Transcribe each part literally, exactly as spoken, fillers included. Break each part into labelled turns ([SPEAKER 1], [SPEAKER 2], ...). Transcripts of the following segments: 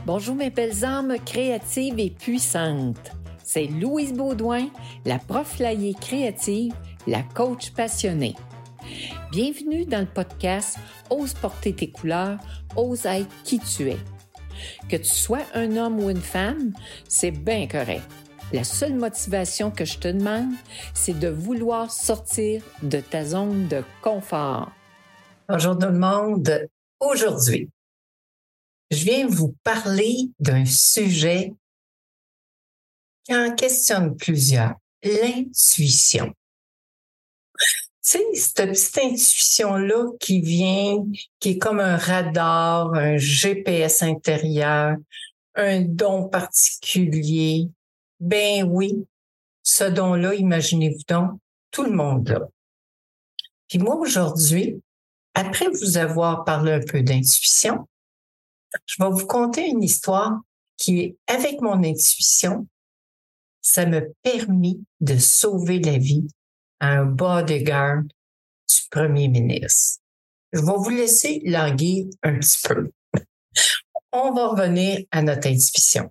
[SPEAKER 1] Bonjour mes belles âmes créatives et puissantes. C'est Louise Baudouin, la prof flyée créative, la coach passionnée. Bienvenue dans le podcast Ose porter tes couleurs, ose être qui tu es. Que tu sois un homme ou une femme, c'est bien correct. La seule motivation que je te demande, c'est de vouloir sortir de ta zone de confort.
[SPEAKER 2] Bonjour tout le monde. Aujourd'hui, je viens vous parler d'un sujet qui en questionne plusieurs, l'intuition. Tu sais, cette petite intuition-là qui vient, qui est comme un radar, un G P S intérieur, un don particulier. Ben oui, ce don-là, imaginez-vous donc, tout le monde l'a. Puis moi, aujourd'hui, après vous avoir parlé un peu d'intuition, je vais vous conter une histoire qui, avec mon intuition, ça m'a permis de sauver la vie à un bodyguard du premier ministre. Je vais vous laisser languir un petit peu. On va revenir à notre intuition.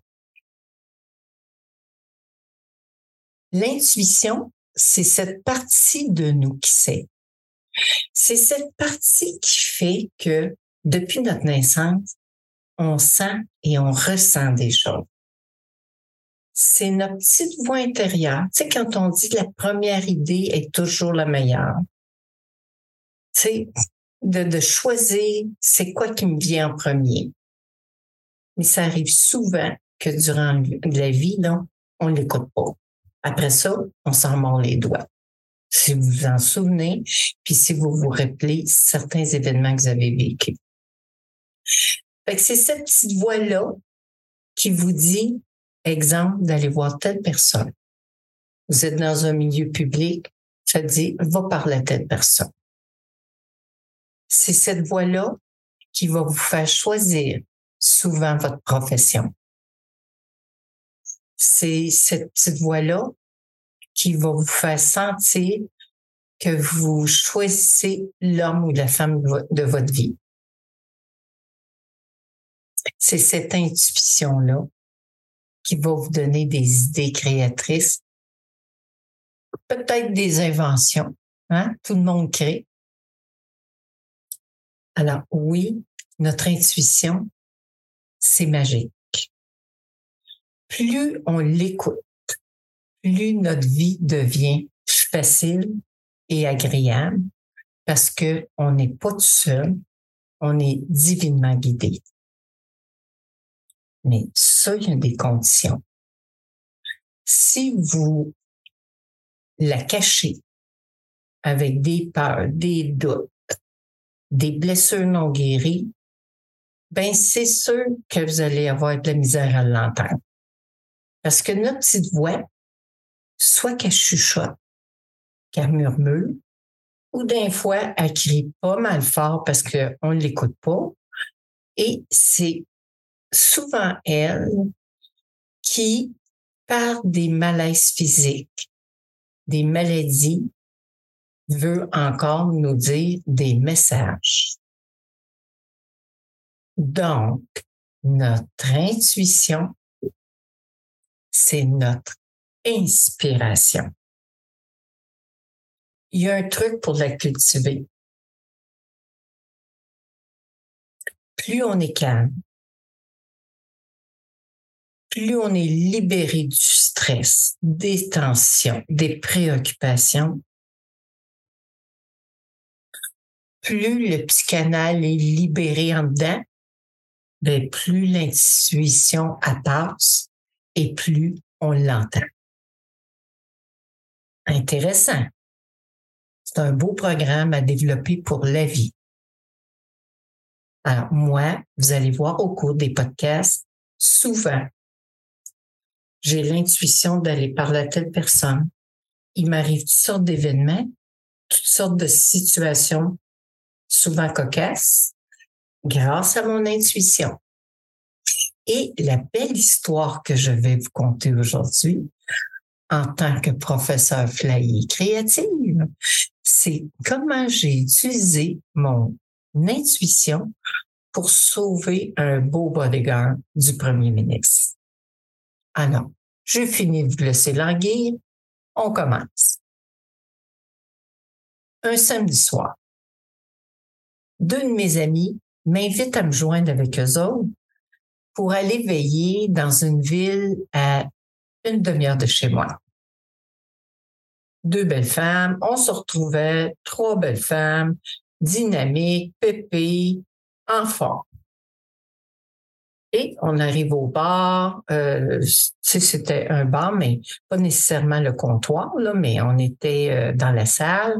[SPEAKER 2] L'intuition, c'est cette partie de nous qui sait. C'est cette partie qui fait que, depuis notre naissance, on sent et on ressent des choses. C'est notre petite voix intérieure. Tu sais, quand on dit que la première idée est toujours la meilleure, tu sais, de, de choisir c'est quoi qui me vient en premier. Mais ça arrive souvent que durant la vie, non, on ne l'écoute pas. Après ça, on s'en mord les doigts. Si vous vous en souvenez, puis si vous vous rappelez certains événements que vous avez vécus. Fait que c'est cette petite voix-là qui vous dit, exemple, d'aller voir telle personne. Vous êtes dans un milieu public, ça dit, va parler à telle personne. C'est cette voix-là qui va vous faire choisir souvent votre profession. C'est cette petite voix-là qui va vous faire sentir que vous choisissez l'homme ou la femme de votre vie. C'est cette intuition-là qui va vous donner des idées créatrices, peut-être des inventions. Hein? Tout le monde crée. Alors oui, notre intuition, c'est magique. Plus on l'écoute, plus notre vie devient facile et agréable parce qu'on n'est pas tout seul, on est divinement guidé. Mais ça, il y a des conditions. Si vous la cachez avec des peurs, des doutes, des blessures non guéries, ben c'est sûr que vous allez avoir de la misère à l'entendre. Parce que notre petite voix, soit qu'elle chuchote, qu'elle murmure, ou des fois, elle crie pas mal fort parce qu'on ne l'écoute pas. Et c'est souvent elle qui, par des malaises physiques, des maladies, veut encore nous dire des messages. Donc, notre intuition, c'est notre inspiration. Il y a un truc pour la cultiver. Plus on est calme, plus on est libéré du stress, des tensions, des préoccupations, plus le petit canal est libéré en dedans, bien, plus l'intuition passe et plus on l'entend. Intéressant. C'est un beau programme à développer pour la vie. Alors, moi, vous allez voir au cours des podcasts, souvent, j'ai l'intuition d'aller parler à telle personne. Il m'arrive toutes sortes d'événements, toutes sortes de situations, souvent cocasses, grâce à mon intuition. Et la belle histoire que je vais vous conter aujourd'hui, en tant que professeur flyée créative, c'est comment j'ai utilisé mon intuition pour sauver un beau bodyguard du premier ministre. Alors, j'ai fini de vous laisser languir. On commence. Un samedi soir, deux de mes amis m'invitent à me joindre avec eux autres pour aller veiller dans une ville à une demi-heure de chez moi. Deux belles femmes, on se retrouvait, trois belles femmes, dynamiques, pépées, en forme. Et on arrive au bar, euh, c'était un bar, mais pas nécessairement le comptoir, là, mais on était euh, dans la salle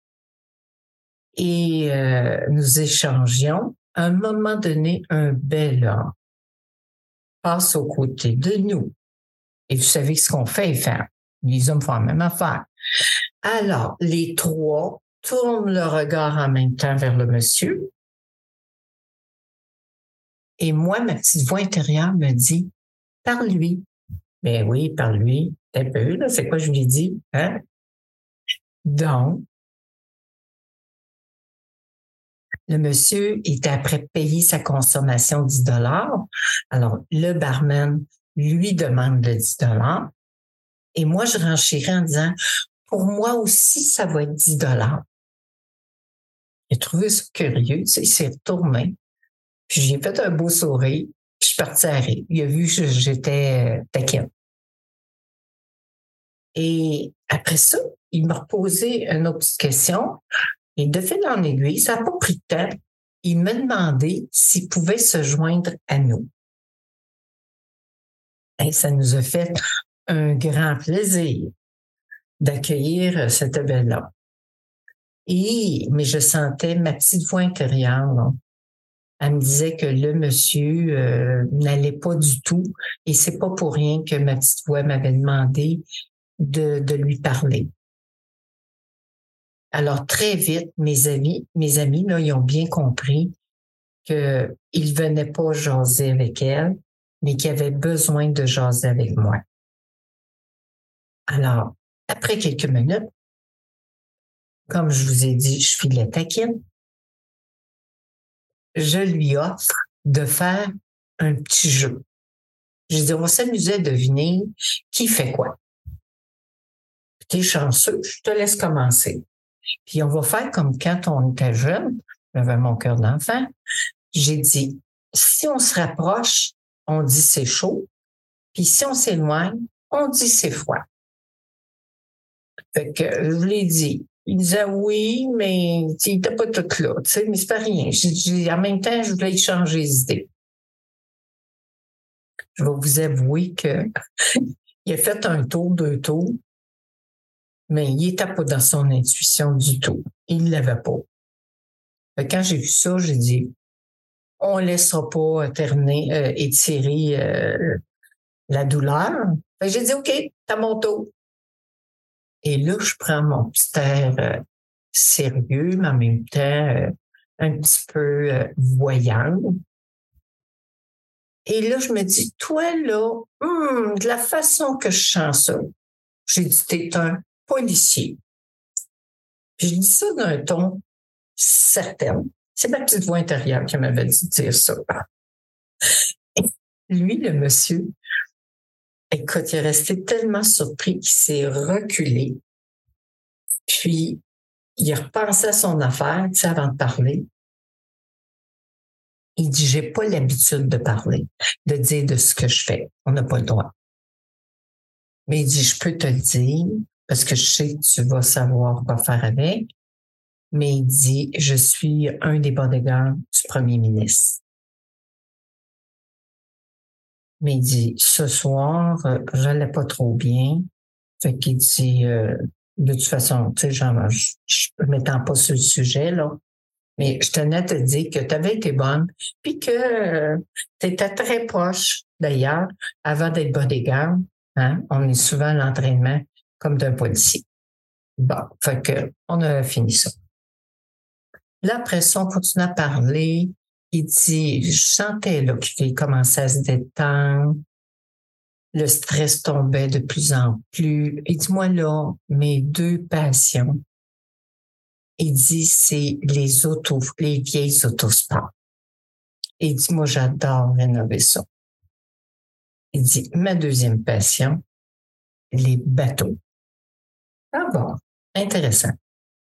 [SPEAKER 2] et euh, nous échangions. À un moment donné, un bel homme passe aux côtés de nous. Et vous savez ce qu'on fait, les femmes. Les hommes font la même affaire. Alors, les trois tournent le regard en même temps vers le monsieur. Et moi, ma petite voix intérieure me dit, par lui. Ben oui, par lui. Un peu, là, c'est quoi je lui dis, hein? Donc, le monsieur était après payer sa consommation de dix dollars. Alors, le barman lui demande le dix dollars. Et moi, je renchéris en disant, pour moi aussi, ça va être dix dollars. J'ai trouvé ça curieux. Tu sais, il s'est retourné. Puis j'ai fait un beau sourire. Puis je suis partie à rire. Il a vu que j'étais euh, taquine. Et après ça, il m'a reposé une autre petite question. Et de fil en aiguille, ça n'a pas pris de temps. Il m'a demandé s'il pouvait se joindre à nous. Et ça nous a fait un grand plaisir d'accueillir cette belle-là. Et, mais je sentais ma petite voix intérieure, là. Elle me disait que le monsieur euh, n'allait pas du tout. Et c'est pas pour rien que ma petite voix m'avait demandé de, de lui parler. Alors, très vite, mes amis, mes amis, là, ils ont bien compris qu'ils ne venaient pas jaser avec elle, mais qu'ils avaient besoin de jaser avec moi. Alors, après quelques minutes, comme je vous ai dit, je filais taquine, je lui offre de faire un petit jeu. J'ai dit, on va s'amuser à deviner qui fait quoi. T'es chanceux, je te laisse commencer. Puis on va faire comme quand on était jeune, j'avais mon cœur d'enfant, j'ai dit, si on se rapproche, on dit c'est chaud, puis si on s'éloigne, on dit c'est froid. Fait que je l'ai dit. Il disait oui, mais il n'était pas tout là, tu sais, mais c'est pas rien. J'ai, j'ai, en même temps, je voulais changer les idées. Je vais vous avouer que il a fait un tour, deux tours, mais il n'était pas dans son intuition du tout. Il ne l'avait pas. Fait que quand j'ai vu ça, j'ai dit, on ne laissera pas terminer, euh, étirer euh, la douleur. Fait que j'ai dit, OK, t'as mon tour. Et là, je prends mon petit air euh, sérieux, mais en même temps euh, un petit peu euh, voyant. Et là, je me dis, toi, là, hum, de la façon que je sens ça, j'ai dit, t'es un policier. Puis je dis ça d'un ton certain. C'est ma petite voix intérieure qui m'avait dit de dire ça. Et lui, le monsieur, écoute, il est resté tellement surpris qu'il s'est reculé. Puis, il a repensé à son affaire, tu sais, avant de parler. Il dit, j'ai pas l'habitude de parler, de dire de ce que je fais. On n'a pas le droit. Mais il dit, je peux te le dire, parce que je sais que tu vas savoir quoi faire avec. Mais il dit, je suis un des bodyguards du premier ministre. Mais il dit, ce soir, euh, j'allais pas trop bien. Fait qu'il dit, euh, de toute façon, tu sais, genre, je, je m'étends pas sur le sujet, là. Mais je tenais à te dire que tu avais été bonne, puis que euh, tu étais très proche, d'ailleurs, avant d'être bodyguard. Hein? On est souvent à l'entraînement comme d'un policier. Bon, fait que on a fini ça. Là, après ça, on continue à parler. Il dit, je sentais là, qu'il commençait à se détendre. Le stress tombait de plus en plus. Il dit, moi, là, mes deux passions, il dit, c'est les autos, les vieilles autosports. Et il dit, moi, j'adore rénover ça. Il dit, ma deuxième passion, les bateaux. Ah bon, intéressant.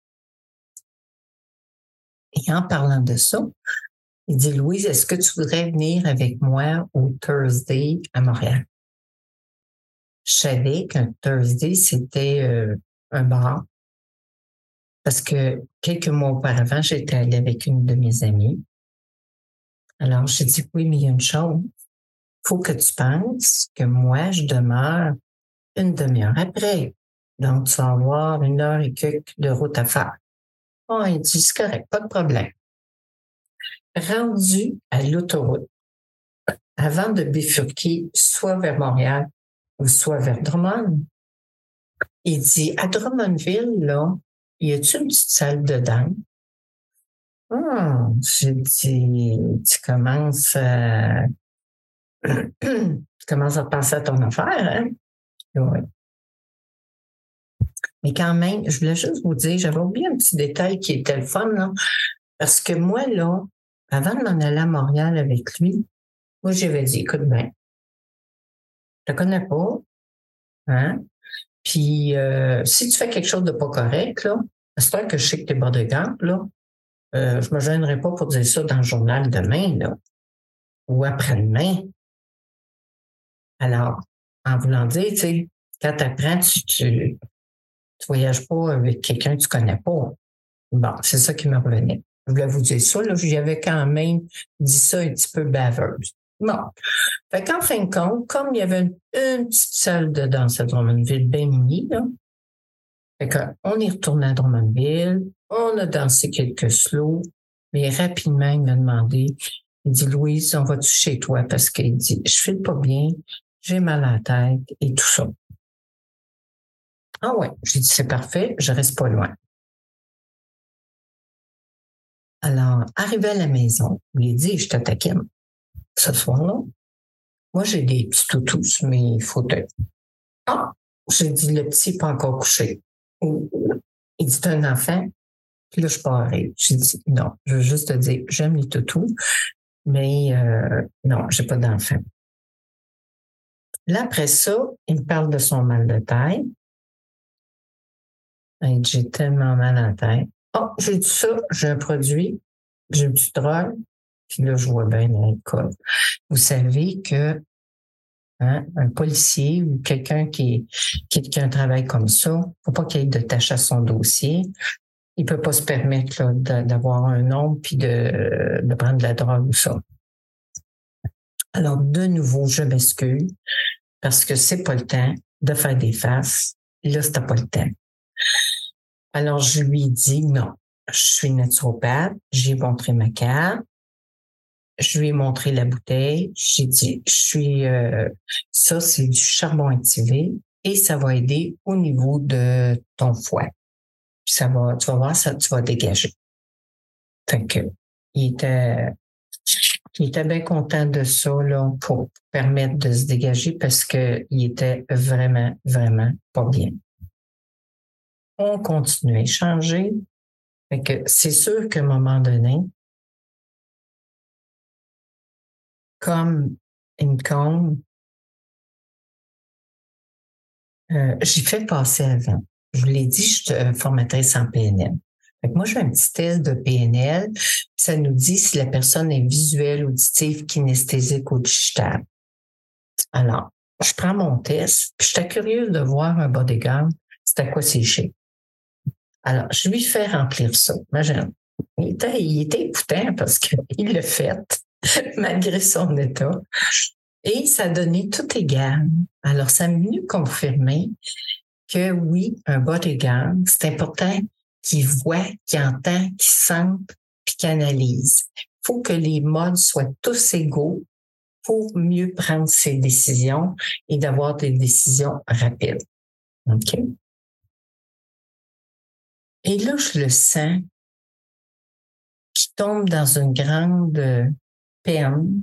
[SPEAKER 2] Et en parlant de ça, il dit, Louise, est-ce que tu voudrais venir avec moi au Thursday à Montréal? Je savais qu'un Thursday, c'était euh, un bar. Parce que quelques mois auparavant, j'étais allée avec une de mes amies. Alors, j'ai dit, oui, mais il y a une chose. Il faut que tu penses que moi, je demeure une demi-heure après. Donc, tu vas avoir une heure et quelques de route à faire. Oh, il dit, c'est correct, pas de problème. Rendu à l'autoroute, avant de bifurquer soit vers Montréal ou soit vers Drummond, il dit, à Drummondville, là, y a-tu une petite salle de danse? Hum, j'ai dit, tu commences à, tu commences à penser à ton affaire, hein? Oui. Mais quand même, je voulais juste vous dire, j'avais oublié un petit détail qui était le fun, là, parce que moi, là, avant de m'en aller à Montréal avec lui, moi, j'avais dit, écoute bien, je te connais pas, hein? Puis, euh, si tu fais quelque chose de pas correct, là, c'est que je sais que t'es bas de gamme, là, euh, je me gênerai pas pour dire ça dans le journal demain, là, ou après-demain. Alors, en voulant dire, tu sais, quand tu apprends, tu, tu, tu voyages pas avec quelqu'un que tu connais pas. Bon, c'est ça qui me revenait. Je voulais vous dire ça, là, j'avais quand même dit ça un petit peu baveuse. Bon. Fait qu'en fin de compte, comme il y avait une, une petite salle de danse à Drummondville bien mini, là, fait qu'on est retourné à Drummondville, on a dansé quelques slows, mais rapidement, il m'a demandé, il dit, Louise, on va-tu chez toi? Parce qu'il dit, je file pas bien, j'ai mal à la tête et tout ça. Ah ouais, j'ai dit, c'est parfait, je reste pas loin. Alors, arrivé à la maison, je lui ai dit, je t'attaquais ce soir-là. Moi, j'ai des petits toutous sur mes fauteuils. Ah, j'ai dit, le petit n'est pas encore couché. Il dit, t'as un enfant? Puis là, je parais. J'ai dit, non, je veux juste te dire, j'aime les toutous, mais euh, non, j'ai pas d'enfant. Là, après ça, il me parle de son mal de tête. J'ai tellement mal à la tête. Oh, j'ai dit ça, j'ai un produit, j'ai du drogue, puis là, je vois bien l'alcool. Vous savez que hein, un policier ou quelqu'un qui, qui, qui a un travail comme ça, il ne faut pas qu'il y ait de tâches à son dossier. Il ne peut pas se permettre là, de, d'avoir un nombre puis de, de prendre de la drogue ou ça. Alors, de nouveau, je m'excuse parce que c'est pas le temps de faire des faces. Là, c'était pas le temps. Alors, je lui ai dit non, je suis naturopathe, j'ai montré ma carte, je lui ai montré la bouteille, j'ai dit, je suis, euh, ça, c'est du charbon activé et ça va aider au niveau de ton foie. Puis ça va, tu vas voir, ça, tu vas dégager. Fait que, il était, il était bien content de ça, là, pour permettre de se dégager parce que il était vraiment, vraiment pas bien. On continue à échanger. Fait que c'est sûr qu'à un moment donné, comme il me compte, euh, j'ai fait passer avant. Je vous l'ai dit, je suis formatrice en P N L. Fait que moi, je fais un petit test de P N L. Ça nous dit si la personne est visuelle, auditive, kinesthésique ou digitale. Alors, je prends mon test, puis j'étais curieuse de voir un bodyguard, c'est à quoi c'est chez. Alors, je lui fais remplir ça. Imagine. Il était, il était écoutant parce qu'il l'a fait, malgré son état. Et ça a donné tout égal. Alors, ça m'a venu confirmer que oui, un bodyguard, c'est important qu'il voit, qu'il entend, qu'il sente, puis qu'il analyse. Il faut que les modes soient tous égaux pour mieux prendre ses décisions et d'avoir des décisions rapides. OK? Et là, je le sens qui tombe dans une grande peine,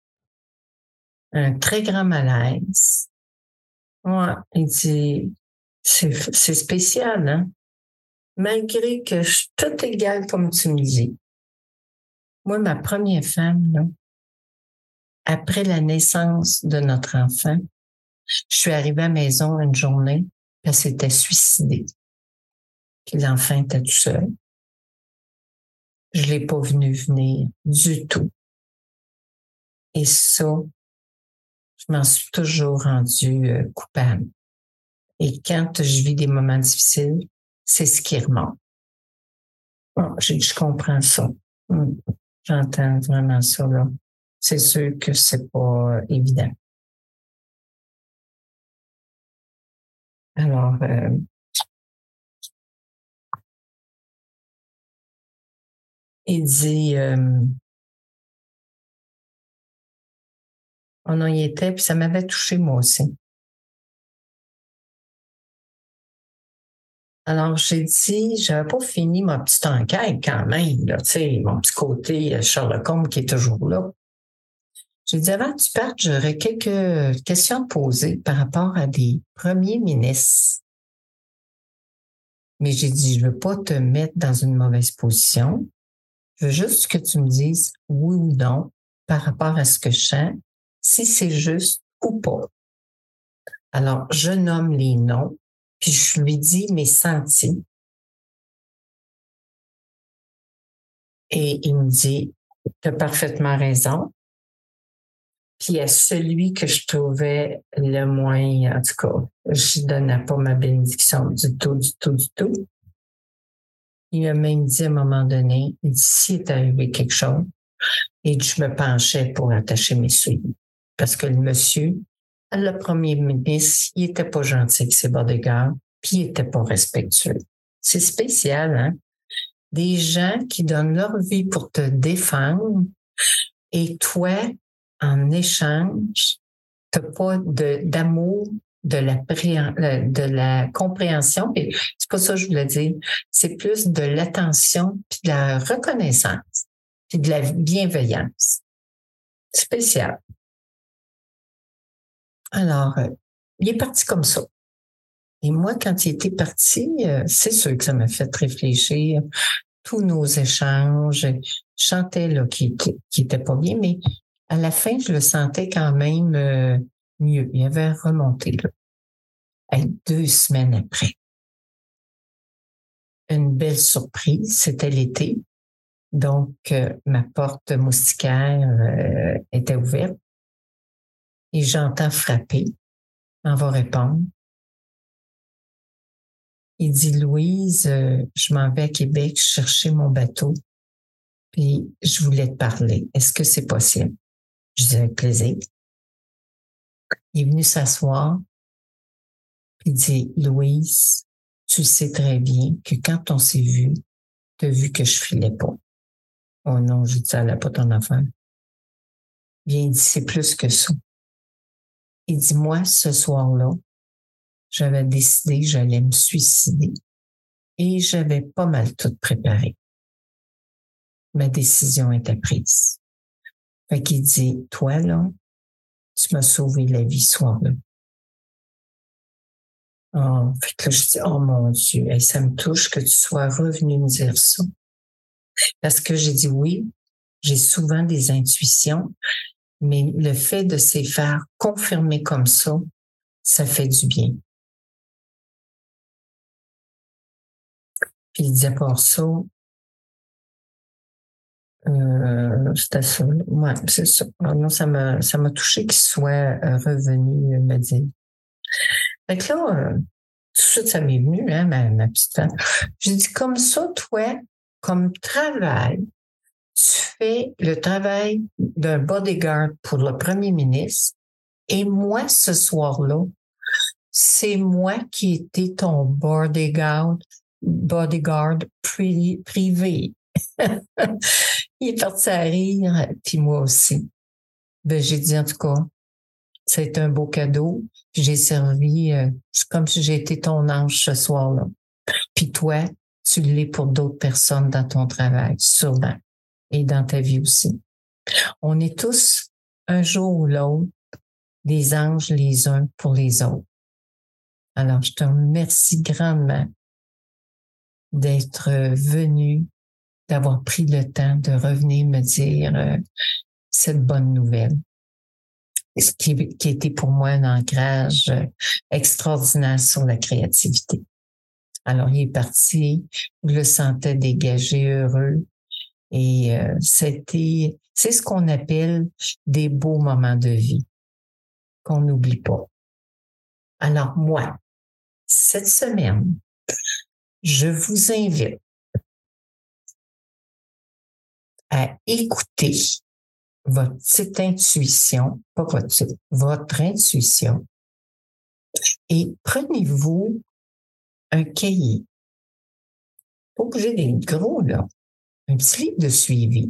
[SPEAKER 2] un très grand malaise. Ouais, il dit, c'est, c'est spécial, hein? Malgré que je suis tout égal comme tu me dis. Moi, ma première femme, là, après la naissance de notre enfant, je suis arrivée à la maison une journée, puis elle s'était suicidée. Puis l'enfant était tout seul. Je ne l'ai pas venu venir du tout. Et ça, je m'en suis toujours rendue euh, coupable. Et quand je vis des moments difficiles, c'est ce qui remonte. Bon, je, je comprends ça. J'entends vraiment ça, là. C'est sûr que c'est pas euh, évident. Alors, euh, il dit, euh, on en y était, puis ça m'avait touché moi aussi. Alors, j'ai dit, j'avais pas fini ma petite enquête quand même, là, tu sais, mon petit côté Sherlock Holmes qui est toujours là. J'ai dit, avant que tu partes, j'aurais quelques questions à poser par rapport à des premiers ministres. Mais j'ai dit, je veux pas te mettre dans une mauvaise position. Je veux juste que tu me dises oui ou non par rapport à ce que je sens, si c'est juste ou pas. Alors, je nomme les noms, puis je lui dis mes sentis. Et il me dit, tu as parfaitement raison. Puis à celui que je trouvais le moins, en tout cas, je ne donnais pas ma bénédiction du tout, du tout, du tout. Il a même dit à un moment donné, il dit, s'il est arrivé quelque chose, et je me penchais pour attacher mes souliers. Parce que le monsieur, le premier ministre, il était pas gentil avec ses bodyguards, puis il était pas respectueux. C'est spécial, hein? Des gens qui donnent leur vie pour te défendre, et toi, en échange, t'as pas de, d'amour, de la, de la compréhension. Et c'est pas ça que je voulais dire. C'est plus de l'attention, puis de la reconnaissance, puis de la bienveillance. Spécial. Alors, euh, il est parti comme ça. Et moi, quand il était parti, euh, c'est sûr que ça m'a fait réfléchir. Tous nos échanges, je chantais là, qui, qui, qui était pas bien, mais à la fin, je le sentais quand même euh, mieux. Il avait remonté là. Et deux semaines après. Une belle surprise, c'était l'été. Donc, euh, ma porte moustiquaire euh, était ouverte. Et j'entends frapper. On va répondre. Il dit, Louise, euh, je m'en vais à Québec chercher mon bateau. Puis, je voulais te parler. Est-ce que c'est possible? Je dis, avec plaisir. Il est venu s'asseoir. Puis il dit, Louise, tu sais très bien que quand on s'est vu, tu as vu que je filais pas. Oh non, je dis, ça n'a pas ton affaire. Bien, il dit, c'est plus que ça. Il dit, moi, ce soir-là, j'avais décidé que j'allais me suicider et j'avais pas mal tout préparé. Ma décision était prise. Fait qu'il dit, toi, là, tu m'as sauvé la vie ce soir-là. Oh, fait que là, je dis, oh mon Dieu, hey, ça me touche que tu sois revenu me dire ça. Parce que j'ai dit oui, j'ai souvent des intuitions, mais le fait de se faire confirmer comme ça, ça fait du bien. Puis il disait pour ça, euh, c'était ça. Ouais, c'est ça. Alors, non, ça m'a, ça m'a touché qu'il soit euh, revenu me dire. Fait que là, euh, tout de suite, ça m'est venu, hein, ma, ma petite femme. J'ai dit, comme ça, toi, comme travail, tu fais le travail d'un bodyguard pour le premier ministre et moi, ce soir-là, c'est moi qui étais ton bodyguard, bodyguard pri- privé. Il est parti à rire, puis moi aussi. Ben, j'ai dit, en tout cas, c'est un beau cadeau. Puis j'ai servi, euh, c'est comme si j'ai été ton ange ce soir-là. Puis toi, tu l'es pour d'autres personnes dans ton travail, sûrement. Et dans ta vie aussi. On est tous, un jour ou l'autre, des anges les uns pour les autres. Alors, je te remercie grandement d'être venu, d'avoir pris le temps de revenir me dire euh, cette bonne nouvelle. ce qui, qui était pour moi un ancrage extraordinaire sur la créativité. Alors, il est parti, je le sentais dégagé, heureux. Et euh, c'était, c'est ce qu'on appelle des beaux moments de vie qu'on n'oublie pas. Alors, moi, cette semaine, je vous invite à écouter votre petite intuition, pas votre petite, votre intuition, et prenez-vous un cahier, pas obligé d'être gros, là, un petit livre de suivi.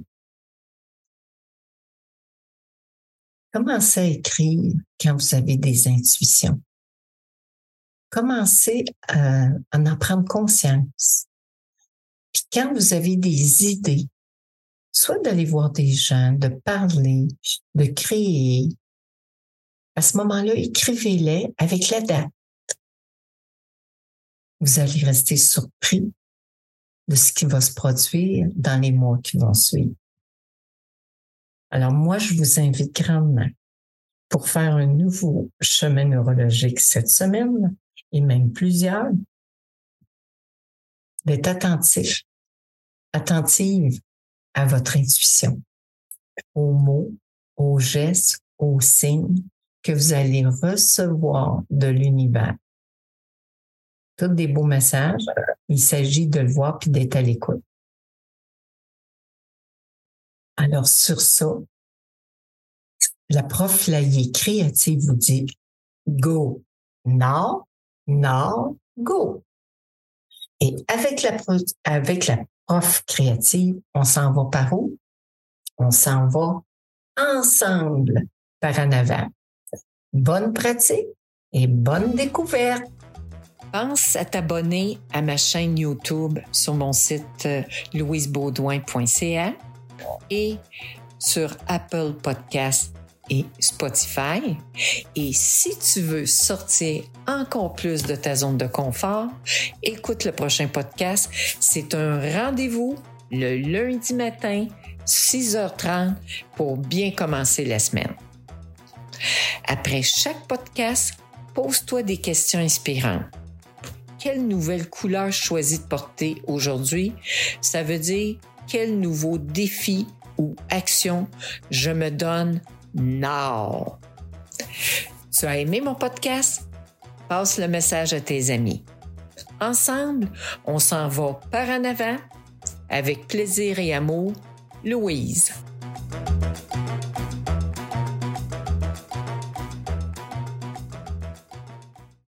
[SPEAKER 2] Commencez à écrire quand vous avez des intuitions. Commencez à, à en prendre conscience. Puis quand vous avez des idées, soit d'aller voir des gens, de parler, de créer, à ce moment-là, écrivez-les avec la date. Vous allez rester surpris de ce qui va se produire dans les mois qui vont suivre. Alors moi, je vous invite grandement pour faire un nouveau chemin neurologique cette semaine, et même plusieurs, d'être attentif, attentive à votre intuition, aux mots, aux gestes, aux signes que vous allez recevoir de l'univers. Tous des beaux messages, il s'agit de le voir puis d'être à l'écoute. Alors sur ça, la prof Laillé créative vous dit go, now, now, go. Et avec la, avec la prof créative, on s'en va par où? On s'en va ensemble par en avant. Bonne pratique et bonne découverte.
[SPEAKER 1] Pense à t'abonner à ma chaîne YouTube sur mon site louise baudouin point c a et sur Apple Podcasts et Spotify. Et si tu veux sortir encore plus de ta zone de confort, écoute le prochain podcast. C'est un rendez-vous le lundi matin, six heures trente, pour bien commencer la semaine. Après chaque podcast, pose-toi des questions inspirantes. Quelle nouvelle couleur je choisis de porter aujourd'hui? Ça veut dire quel nouveau défi ou action je me donne now. Tu as aimé mon podcast? Passe le message à tes amis. Ensemble, on s'en va par en avant avec plaisir et amour. Louise.